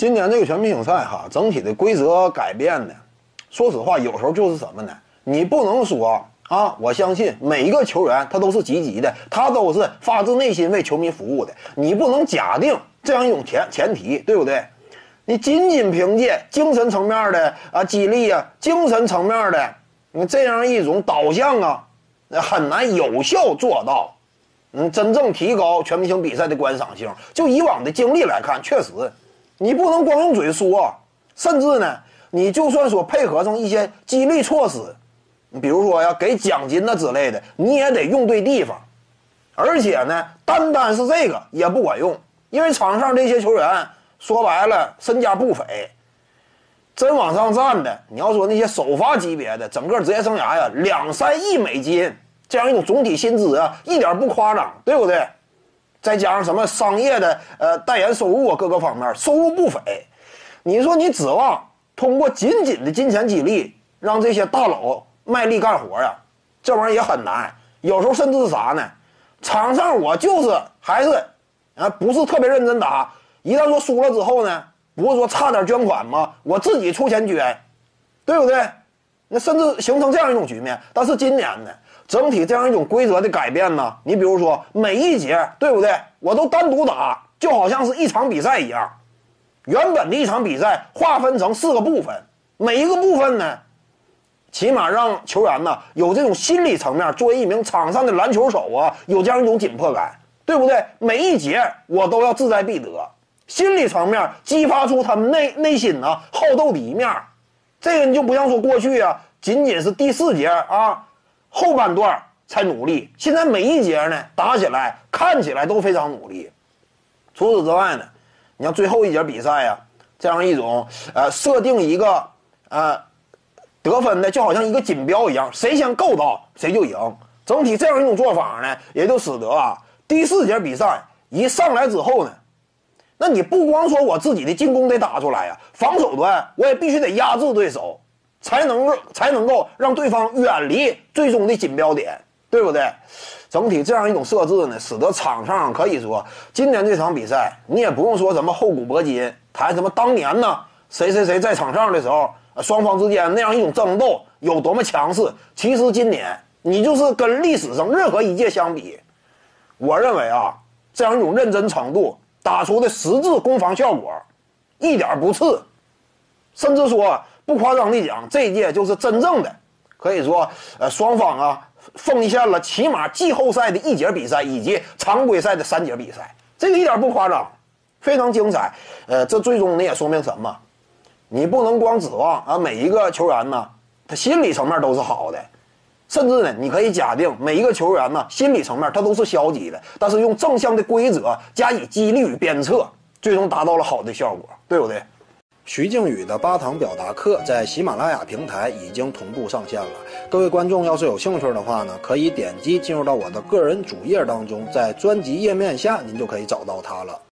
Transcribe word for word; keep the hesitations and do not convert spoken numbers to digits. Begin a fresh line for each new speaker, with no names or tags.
今年这个全明星赛哈，整体的规则改变呢，说实话，有时候就是什么呢？你不能说啊，我相信每一个球员他都是积极的，他都是发自内心为球迷服务的。你不能假定这样一种前前提，对不对？你仅仅凭借精神层面的啊激励啊，精神层面的你这样一种导向啊，很难有效做到。嗯，真正提高全明星比赛的观赏性。就以往的经历来看，确实，你不能光用嘴说，甚至呢，你就算说配合上一些激励措施，比如说要给奖金呐之类的，你也得用对地方。而且呢，单单是这个也不管用，因为场上这些球员说白了身价不菲，真往上站的，你要说那些首发级别的，整个职业生涯呀，两三亿美金。这样一种总体薪资啊，一点不夸张，对不对？再加上什么商业的呃代言收入啊，各个方面收入不菲。你说你指望通过仅仅的金钱激励让这些大佬卖力干活呀，这玩意儿也很难。有时候甚至是啥呢？场上我就是还是啊不是特别认真打，一旦说输了之后呢，不是说差点捐款吗？我自己出钱捐，对不对？那甚至形成这样一种局面。但是今年呢？整体这样一种规则的改变呢，你比如说每一节，对不对？我都单独打，就好像是一场比赛一样。原本的一场比赛划分成四个部分，每一个部分呢，起码让球员呢有这种心理层面，作为一名场上的篮球手啊，有这样一种紧迫感，对不对？每一节我都要志在必得，心理层面激发出他们内内心呢好斗的一面。这个你就不像说过去啊，仅仅是第四节啊。后半段才努力，现在每一节呢打起来看起来都非常努力。除此之外呢，你像最后一节比赛呀、啊，这样一种呃设定一个呃得分的，就好像一个锦标一样，谁先够到谁就赢。整体这样一种做法呢，也就使得啊第四节比赛一上来之后呢，那你不光说我自己的进攻得打出来呀、啊，防守端我也必须得压制对手。才能才能够让对方远离最终的锦标点，对不对？整体这样一种设置呢，使得场上可以说，今年这场比赛你也不用说什么厚古薄今，谈什么当年呢谁谁谁在场上的时候，双方之间那样一种争斗有多么强势。其实今年你就是跟历史上任何一届相比，我认为啊，这样一种认真程度打出的实质攻防效果，一点不次，甚至说。不夸张地讲，这一届就是真正的，可以说，呃，双方啊奉献了起码季后赛的一节比赛以及常规赛的三节比赛，这个一点不夸张，非常精彩。呃，这最终呢也说明什么？你不能光指望啊每一个球员呢，他心理层面都是好的，甚至呢，你可以假定每一个球员呢心理层面他都是消极的，但是用正向的规则加以激励与鞭策，最终达到了好的效果，对不对？徐静宇的八堂表达课在喜马拉雅平台已经同步上线了，各位观众要是有兴趣的话呢，可以点击进入到我的个人主页当中，在专辑页面下您就可以找到它了。